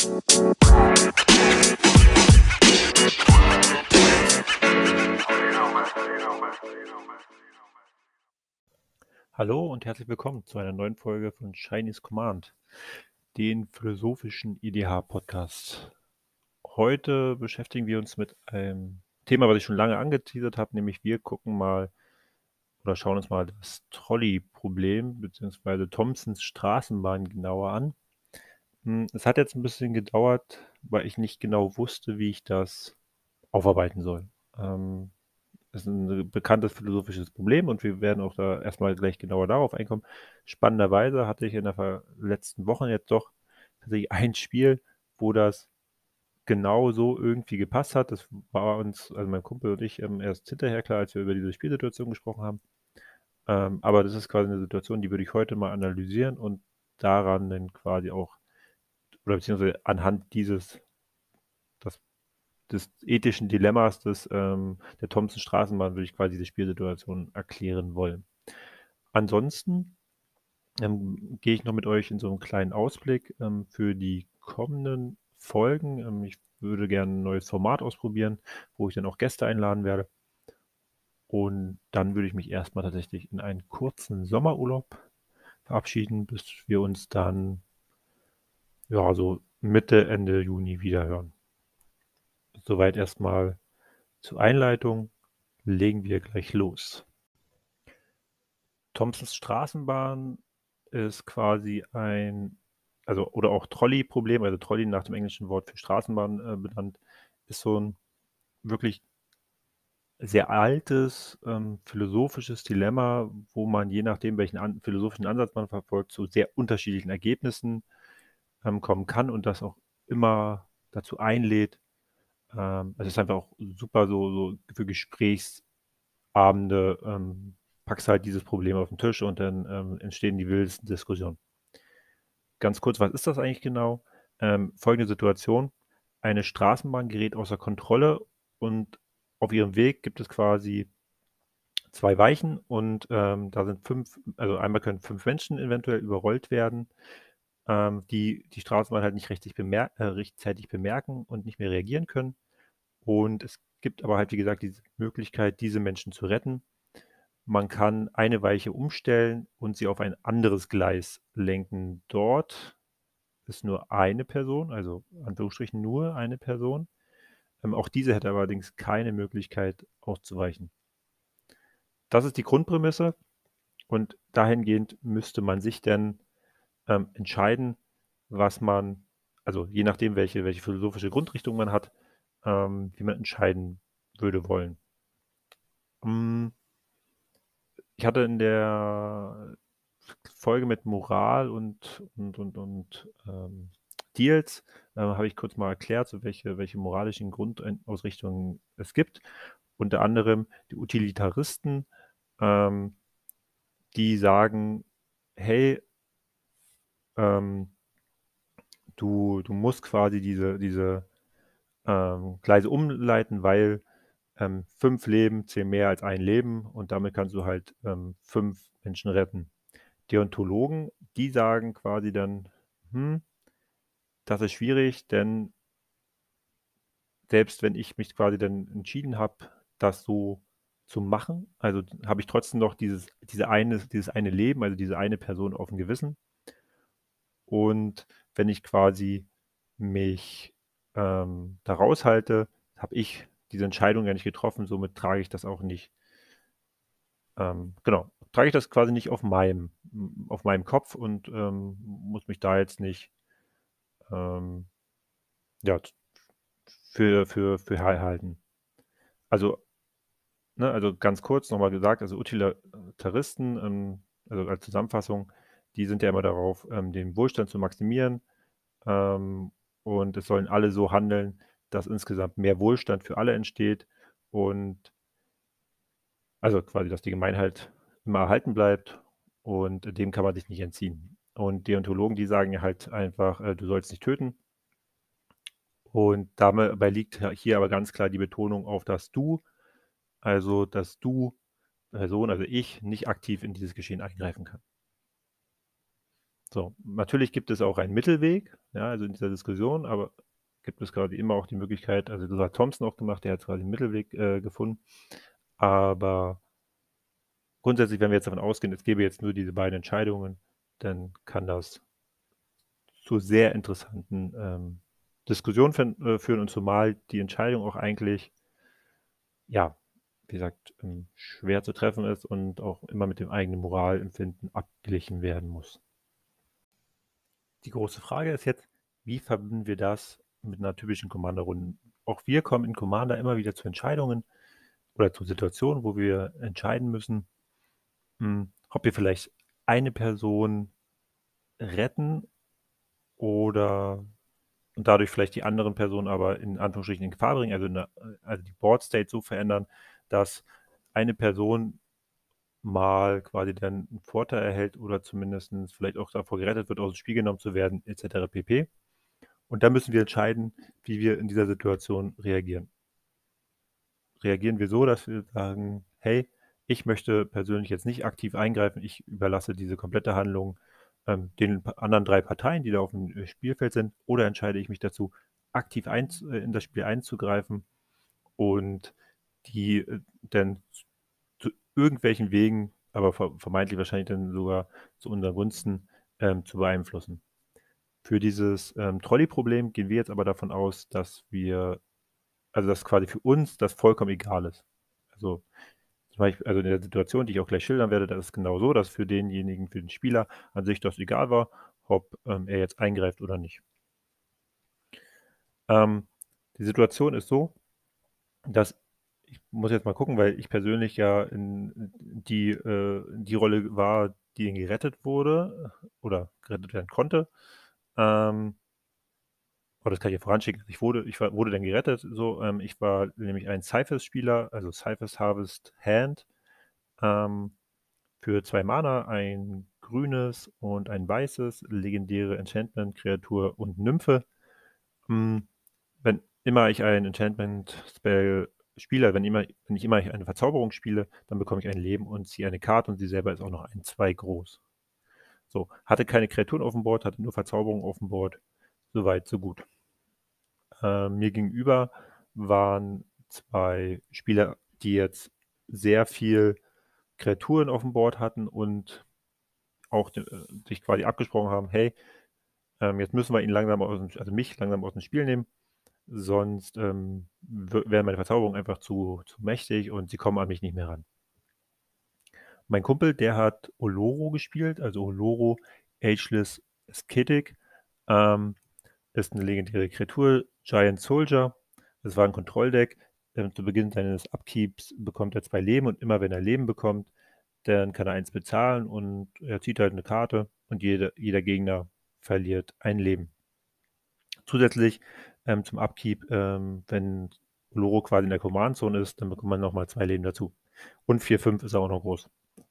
Hallo und herzlich willkommen zu einer neuen Folge von Chinese Command, den philosophischen IDH-Podcast. Heute beschäftigen wir uns mit einem Thema, was ich schon lange angeteasert habe, nämlich wir gucken mal oder schauen uns mal das Trolley-Problem bzw. Thomsons Straßenbahn genauer an. Es hat jetzt ein bisschen gedauert, weil ich nicht genau wusste, wie ich das aufarbeiten soll. Das ist ein bekanntes philosophisches Problem und wir werden auch da erstmal gleich genauer darauf einkommen. Spannenderweise hatte ich in der letzten Woche jetzt doch tatsächlich ein Spiel, wo das genau so irgendwie gepasst hat. Das war uns, also mein Kumpel und ich, erst hinterher klar, als wir über diese Spielsituation gesprochen haben. Aber das ist quasi eine Situation, die würde ich heute mal analysieren und daran dann quasi auch, oder beziehungsweise anhand das des ethischen Dilemmas der Thomson-Straßenbahn würde ich quasi diese Spielsituation erklären wollen. Ansonsten gehe ich noch mit euch in so einen kleinen Ausblick für die kommenden Folgen. Ich würde gerne ein neues Format ausprobieren, wo ich dann auch Gäste einladen werde. Und dann würde ich mich erstmal tatsächlich in einen kurzen Sommerurlaub verabschieden, bis wir uns dann ja so Mitte, Ende Juni wieder hören. Soweit erstmal zur Einleitung. Legen wir gleich los. Thomsons Straßenbahn ist quasi also oder auch Trolley-Problem, also Trolley nach dem englischen Wort für Straßenbahn benannt, ist so ein wirklich sehr altes philosophisches Dilemma, wo man je nachdem, welchen philosophischen Ansatz man verfolgt, zu sehr unterschiedlichen Ergebnissen kommen kann und das auch immer dazu einlädt. Es ist einfach auch super so für Gesprächsabende, packst halt dieses Problem auf den Tisch und dann entstehen die wildesten Diskussionen. Ganz kurz, was ist das eigentlich genau? Folgende Situation: Eine Straßenbahn gerät außer Kontrolle und auf ihrem Weg gibt es quasi zwei Weichen und da sind also einmal können 5 Menschen eventuell überrollt werden, die die Straßenbahn halt nicht rechtzeitig bemerken und nicht mehr reagieren können. Und es gibt aber halt, wie gesagt, diese Möglichkeit, diese Menschen zu retten. Man kann eine Weiche umstellen und sie auf ein anderes Gleis lenken. Dort ist nur eine Person, also Anführungsstrichen nur eine Person. Auch diese hätte allerdings keine Möglichkeit auszuweichen. Das ist die Grundprämisse und dahingehend müsste man sich dann entscheiden, was man, also je nachdem, welche philosophische Grundrichtung man hat, wie man entscheiden würde wollen. Mm, Ich hatte in der Folge mit Moral und Deals, habe ich kurz mal erklärt, so welche moralischen Grundausrichtungen es gibt. Unter anderem die Utilitaristen, ähm, die sagen, hey, ähm, du musst quasi diese Gleise umleiten, weil 5 Leben zählen mehr als ein Leben und damit kannst du halt 5 Menschen retten. Deontologen, die sagen quasi dann, hm, das ist schwierig, denn selbst wenn ich mich quasi dann entschieden habe, das so zu machen, also habe ich trotzdem noch dieses eine Leben, also diese eine Person auf dem Gewissen. Und wenn ich quasi mich da raushalte, habe ich diese Entscheidung ja nicht getroffen, somit trage ich das auch nicht, genau, trage ich das quasi nicht auf meinem Kopf und muss mich da jetzt nicht ähm, ja, für halten. Also, ne, also ganz kurz nochmal gesagt, also Utilitaristen, also als Zusammenfassung, die sind ja immer darauf, den Wohlstand zu maximieren, ähm, und es sollen alle so handeln, dass insgesamt mehr Wohlstand für alle entsteht und also quasi, dass die Gemeinheit immer erhalten bleibt und dem kann man sich nicht entziehen. Und Deontologen, die sagen ja halt einfach, du sollst nicht töten. Und dabei liegt hier aber ganz klar die Betonung auf das Du, also dass du Person, also ich, nicht aktiv in dieses Geschehen eingreifen kann. So, natürlich gibt es auch einen Mittelweg, ja, also in dieser Diskussion, aber gibt es quasi immer auch die Möglichkeit, also das hat Thompson auch gemacht, der hat quasi 'n Mittelweg, gefunden. Aber grundsätzlich, wenn wir jetzt davon ausgehen, es gäbe jetzt nur diese beiden Entscheidungen, dann kann das zu sehr interessanten, Diskussionen führen und zumal die Entscheidung auch eigentlich, ja, wie gesagt, schwer zu treffen ist und auch immer mit dem eigenen Moralempfinden abgeglichen werden muss. Die große Frage ist jetzt: Wie verbinden wir das mit 'ner typischen Commander-Runde? Auch wir kommen in Commander immer wieder zu Entscheidungen oder zu Situationen, wo wir entscheiden müssen, ob wir vielleicht eine Person retten oder und dadurch vielleicht die anderen Personen aber in Anführungsstrichen in Gefahr bringen, also die Board State so verändern, dass eine Person mal quasi dann 'n Vorteil erhält oder zumindestens vielleicht auch davor gerettet wird, aus'm Spiel genommen zu werden et cetera pp. Und dann müssen wir entscheiden, wie wir in dieser Situation reagieren. Reagieren wir so, dass wir sagen: „Hey, ich möchte persönlich jetzt nicht aktiv eingreifen. Ich überlasse diese komplette Handlung, den anderen 3 Parteien, die da auf'm, Spielfeld sind“, oder entscheide ich mich dazu, aktiv in das Spiel einzugreifen und die, dann zu irgendwelchen Wegen, aber vermeintlich wahrscheinlich dann sogar zu unseren Gunsten, zu beeinflussen. Für dieses, Trolley-Problem gehen wir jetzt aber davon aus, dass quasi für uns das vollkommen egal ist. Also, zum Beispiel in der Situation, die ich auch gleich schildern werde, da ist es genau so, dass für denjenigen, für den Spieler an sich das egal war, ob, er jetzt eingreift oder nicht. Ähm, Die Situation ist so, dass ich muss jetzt mal gucken, weil ich persönlich ja in die Rolle war, die gerettet wurde oder gerettet werden konnte. Ähm Oh, das kann ich ja voranschicken. Ich wurde dann gerettet so. Ich war nämlich ein Cyphers-Spieler, also Cyphers Harvest Hand, ähm, für 2 Mana, ein grünes und ein weißes, legendäre Enchantment, Kreatur und Nymphe. Hm, wenn immer ich ein Enchantment-Spell spiele, wenn ich immer eine Verzauberung spiele, dann bekomme ich ein Leben und ziehe eine Karte und sie selber ist auch noch ein 2 groß. So, hatte keine Kreaturen auf'm Board, hatte nur Verzauberungen auf'm Board. So weit, so gut. Mir gegenüber waren 2 Spieler, die jetzt sehr viel Kreaturen auf'm Board hatten und auch sich quasi abgesprochen haben: „Hey, jetzt müssen wir ihn langsam mich langsam aus'm Spiel nehmen, sonst, wäre meine Verzauberung einfach zu mächtig und sie kommen an mich nicht mehr ran.“ Mein Kumpel, der hat Oloro gespielt, also Oloro Ageless Ascetic, ähm, ist 'ne legendäre Kreatur, Giant Soldier. Das war 'n Kontrolldeck. Zu Beginn seines Upkeeps bekommt er 2 Leben und immer wenn er Leben bekommt, dann kann er eins bezahlen und er zieht halt 'ne Karte und jeder Gegner verliert ein Leben. Zusätzlich, zum Upkeep, wenn Oloro quasi in der Command Zone ist, dann bekommt man noch mal 2 Leben dazu. Und 4/5 ist er auch noch groß.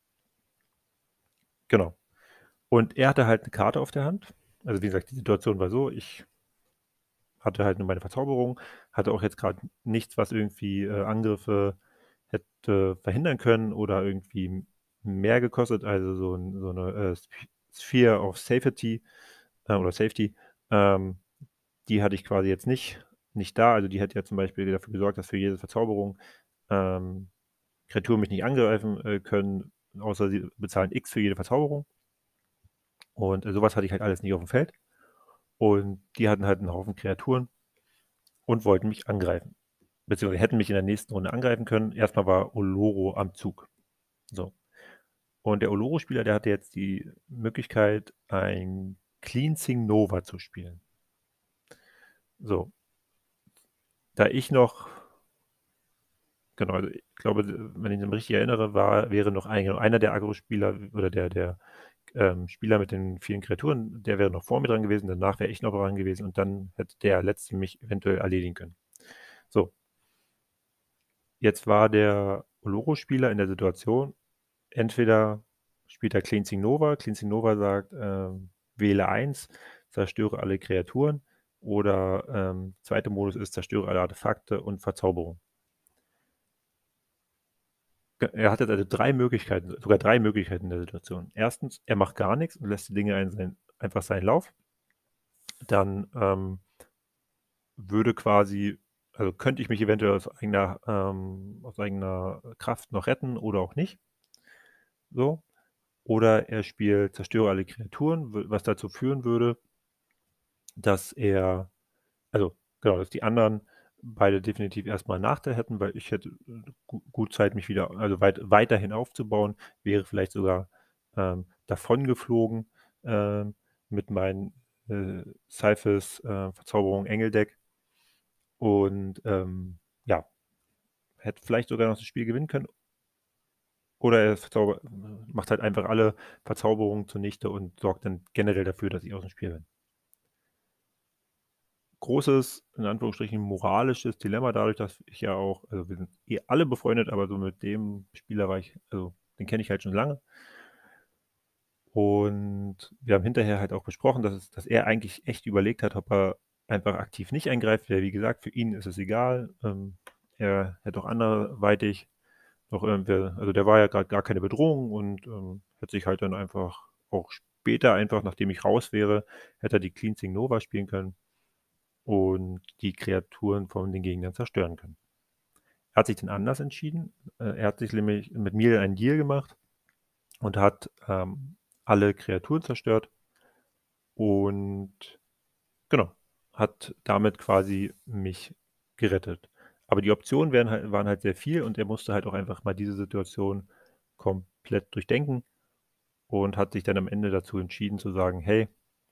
Genau. Und er hatte halt 'ne Karte auf der Hand. Also, wie gesagt, die Situation war so, ich hatte halt nur meine Verzauberung, hatte auch jetzt grad nichts, was irgendwie, Angriffe hätte verhindern können oder irgendwie mehr gekostet, also so 'ne, Sphere of Safety, oder Safety, ähm, die hatte ich quasi jetzt nicht da. Also, die hätte ja zum Beispiel dafür gesorgt, dass für jede Verzauberung, ähm, Kreaturen mich nicht angreifen, können, außer sie bezahlen X für jede Verzauberung. Und, so was hatte ich halt alles nicht auf'm Feld. Und die hatten halt 'n Haufen Kreaturen und wollten mich angreifen. Beziehungsweise hätten mich in der nächsten Runde angreifen können. Erst mal war Oloro am Zug. So. Und der Oloro-Spieler, der hatte jetzt die Möglichkeit, ein Cleansing Nova zu spielen. So. Da ich noch Genau, also ich glaube, wenn ich mich richtig erinnere, wäre noch einer der Agro-Spieler oder der Spieler mit den vielen Kreaturen, der wäre noch vor mir dran gewesen, danach wäre ich noch dran gewesen und dann hätte der Letzte mich eventuell erledigen können. So, jetzt war der Oloro-Spieler in der Situation, entweder spielt er Cleansing Nova. Cleansing Nova sagt, wähle 1, zerstöre alle Kreaturen oder, 2. Modus ist, zerstöre alle Artefakte und Verzauberung. Er hat jetzt also 3 Möglichkeiten, sogar 3 Möglichkeiten in der Situation. Erstens, er macht gar nichts und lässt die Dinge in sein einfach seinen Lauf. Dann würde quasi, also könnte ich mich eventuell aus eigener Kraft noch retten oder auch nicht. So. Oder er spielt Zerstöre alle Kreaturen, was dazu führen würde, dass er, also genau, dass die anderen beide definitiv erstmal einen Nachteil hätten, weil ich hätte gut Zeit, mich wieder, also weiterhin aufzubauen, wäre vielleicht sogar davon geflogen mit meinen Cyphers Verzauberung Engeldeck und ja, hätte vielleicht sogar noch das Spiel gewinnen können. Oder er macht halt einfach alle Verzauberungen zunichte und sorgt dann generell dafür, dass ich aus dem Spiel bin. Großes, in Anführungsstrichen, moralisches Dilemma, dadurch, dass ich ja auch, also wir sind alle befreundet, aber so mit dem Spieler war ich, also den kenne ich halt schon lange. Und wir haben hinterher halt auch besprochen, dass er eigentlich echt überlegt hat, ob er einfach aktiv nicht eingreift. Weil, wie gesagt, für ihn ist es egal. Er hätte auch anderweitig noch irgendwer, also der war ja gerade gar keine Bedrohung und hätte sich halt dann einfach auch später, einfach nachdem ich raus wäre, hätte er die Cleansing Nova spielen können und die Kreaturen von den Gegnern zerstören können. Er hat sich dann anders entschieden. Er hat sich nämlich mit mir einen Deal gemacht und hat alle Kreaturen zerstört und genau, hat damit quasi mich gerettet. Aber die Optionen waren halt sehr viel und er musste halt auch einfach mal diese Situation komplett durchdenken und hat sich dann am Ende dazu entschieden zu sagen, hey,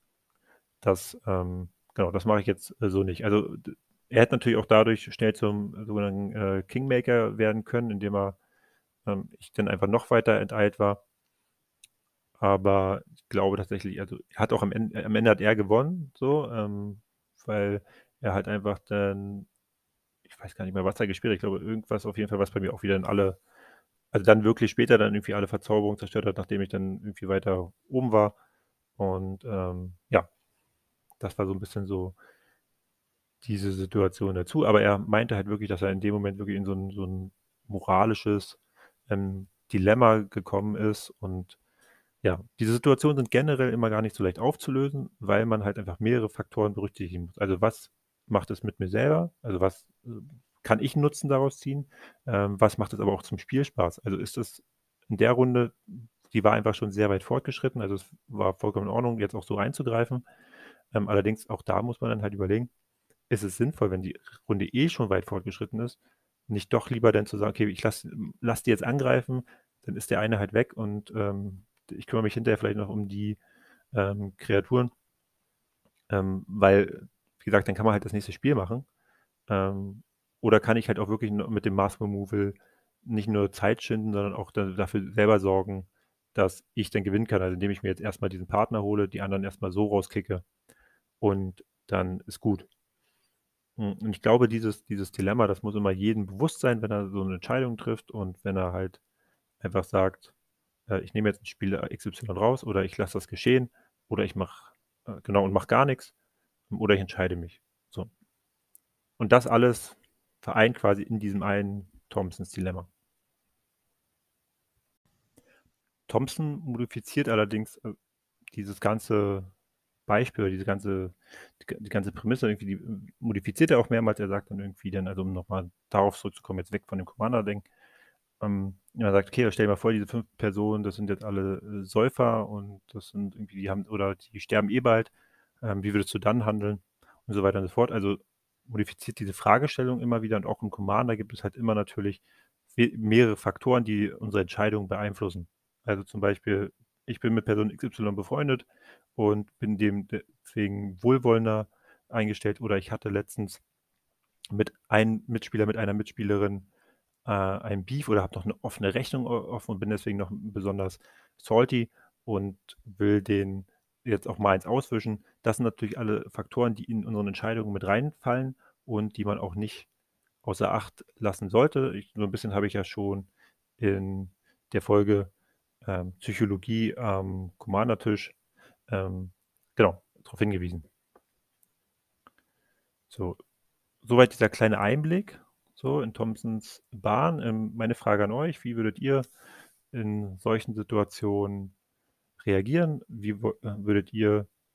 genau, das mache ich jetzt so nicht. Also er hätte natürlich auch dadurch schnell zum sogenannten Kingmaker werden können, indem ich dann einfach noch weiter enteilt war. Aber ich glaube tatsächlich, also er hat auch am Ende hat er gewonnen, so, weil er halt einfach dann, ich weiß gar nicht mehr, was er gespielt hat, ich glaube irgendwas auf jeden Fall, was bei mir auch wieder in alle, also dann wirklich später dann irgendwie alle Verzauberungen zerstört hat, nachdem ich dann irgendwie weiter oben war. Und ja, das war so ein bisschen so diese Situation dazu. Aber er meinte halt wirklich, dass er in dem Moment wirklich in so ein moralisches Dilemma gekommen ist. Und ja, diese Situationen sind generell immer gar nicht so leicht aufzulösen, weil man halt einfach mehrere Faktoren berücksichtigen muss. Also was macht es mit mir selber? Also was kann ich einen Nutzen daraus ziehen? Was macht es aber auch zum Spielspaß? Also ist es in der Runde, die war einfach schon sehr weit fortgeschritten, also es war vollkommen in Ordnung, jetzt auch so einzugreifen. Allerdings auch da muss man dann halt überlegen, ist es sinnvoll, wenn die Runde eh schon weit fortgeschritten ist, nicht doch lieber dann zu sagen, okay, ich lass die jetzt angreifen, dann ist der eine halt weg und ich kümmere mich hinterher vielleicht noch um die Kreaturen, weil, wie gesagt, dann kann man halt das nächste Spiel machen. Oder kann ich halt auch wirklich mit dem Mass Removal nicht nur Zeit schinden, sondern auch dafür selber sorgen, dass ich dann gewinnen kann. Also indem ich mir jetzt erstmal diesen Partner hole, die anderen erstmal so rauskicke und dann ist gut. Und ich glaube, dieses Dilemma, das muss immer jedem bewusst sein, wenn er so eine Entscheidung trifft und wenn er halt einfach sagt, ich nehme jetzt ein Spiel XY raus oder ich lasse das geschehen oder ich mache genau und mache gar nichts oder ich entscheide mich. So. Und das alles vereint quasi in diesem einen Thompsons Dilemma. Thompson modifiziert allerdings dieses ganze Beispiel, die ganze Prämisse irgendwie, die modifiziert er auch mehrmals. Er sagt dann irgendwie dann, also um nochmal darauf zurückzukommen, jetzt weg von dem Commander-Ding, er sagt, okay, stell dir mal vor, diese 5 Personen, das sind jetzt alle Säufer und das sind irgendwie, die haben, oder die sterben eh bald, wie würdest du dann handeln? Und so weiter und so fort. Also modifiziert diese Fragestellung immer wieder und auch im Commander gibt es halt immer natürlich mehrere Faktoren, die unsere Entscheidung beeinflussen. Also zum Beispiel, ich bin mit Person XY befreundet und bin dem deswegen wohlwollender eingestellt oder ich hatte letztens mit einem Mitspieler, mit einer Mitspielerin ein Beef oder habe noch eine offene Rechnung offen und bin deswegen noch besonders salty und will den jetzt auch mal eins auswischen. Das sind natürlich alle Faktoren, die in unseren Entscheidungen mit reinfallen und die man auch nicht außer Acht lassen sollte. So ein bisschen habe ich ja schon in der Folge Psychologie am Commander-Tisch ähm, genau, darauf hingewiesen. So, soweit dieser kleine Einblick so in Thompsons Bahn. Meine Frage an euch, wie würdet ihr in solchen Situationen reagieren? Wie würdet ihr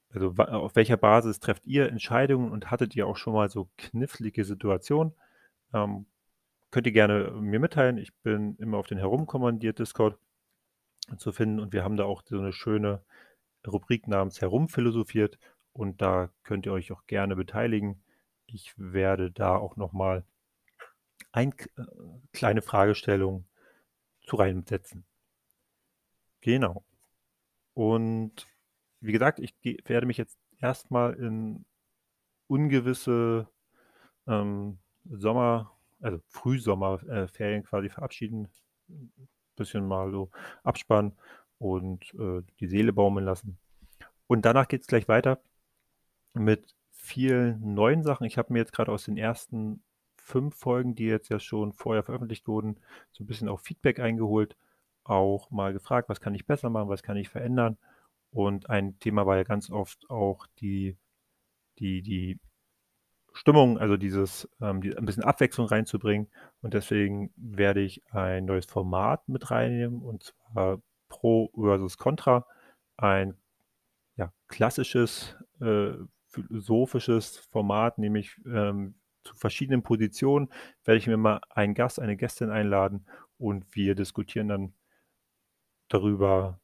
Also, auf welcher Basis trefft ihr Entscheidungen und hattet ihr auch schon mal so knifflige Situationen? Ähm, Könnt ihr gerne mir mitteilen. Ich bin immer auf den Herumkommandiert-Discord zu finden und wir haben da auch so 'ne schöne Rubrik namens „Herumphilosophiert“ und da könnt ihr euch auch gerne beteiligen. Ich werde da auch noch mal ein kleine Fragestellung zu reinsetzen. Genau. Und wie gesagt, ich werde mich jetzt erst mal in ungewisse, Sommer also Frühsommer Ferien quasi verabschieden. Bisschen mal so abspannen und, die Seele baumeln lassen. Und danach geht's gleich weiter mit vielen neuen Sachen. Ich habe mir jetzt grade aus den ersten 5 Folgen, die jetzt ja schon vorher veröffentlicht wurden, so 'n bisschen auch Feedback eingeholt, auch mal gefragt: „Was kann ich besser machen? Was kann ich verändern?“ Und ein Thema war ja ganz oft auch die Stimmung, also die ein bisschen Abwechslung reinzubringen. Und deswegen werde ich ein neues Format mit reinnehmen, und zwar Pro versus Contra. Ein, ja, klassisches, philosophisches Format, nämlich, zu verschiedenen Positionen werde ich mir mal einen Gast, eine Gästin einladen und wir diskutieren dann darüber,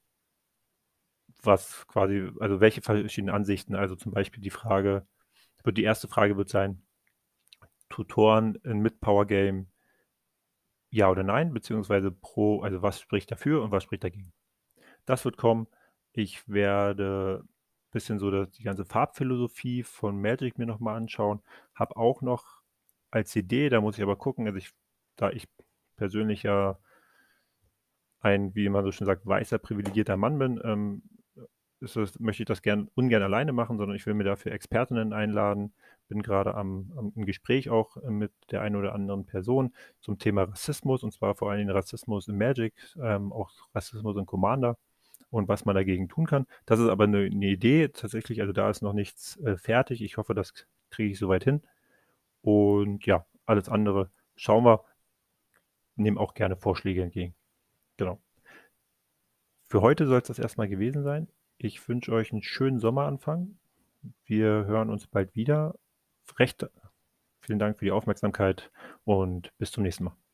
was quasi also welche verschiedenen Ansichten, also zum Beispiel die erste Frage wird sein: Tutoren in Mid-Power Game, ja oder nein, beziehungsweise also was spricht dafür und was spricht dagegen? Das wird kommen. Ich werde bisschen so die ganze Farbphilosophie von Magic mir noch mal anschauen. Habe auch noch als Idee, da muss ich aber gucken, da ich persönlich ja ein, wie man so schön sagt, weißer privilegierter Mann bin, möchte ich das ungern alleine machen, sondern ich will mir dafür Expertinnen einladen. Bin gerade im Gespräch auch, mit der einen oder anderen Person zum Thema Rassismus, und zwar vor allen Dingen Rassismus in Magic, auch Rassismus in Commander und was man dagegen tun kann. Das ist aber 'ne Idee tatsächlich, also da ist noch nichts, fertig. Ich hoffe, das kriege ich so weit hin. Und ja, alles andere schauen wir. Nehme auch gerne Vorschläge entgegen. Genau. Für heute soll's das erst mal gewesen sein. Ich wünsche euch 'n schönen Sommeranfang. Wir hören uns bald wieder. Recht vielen Dank für die Aufmerksamkeit und bis zum nächsten Mal.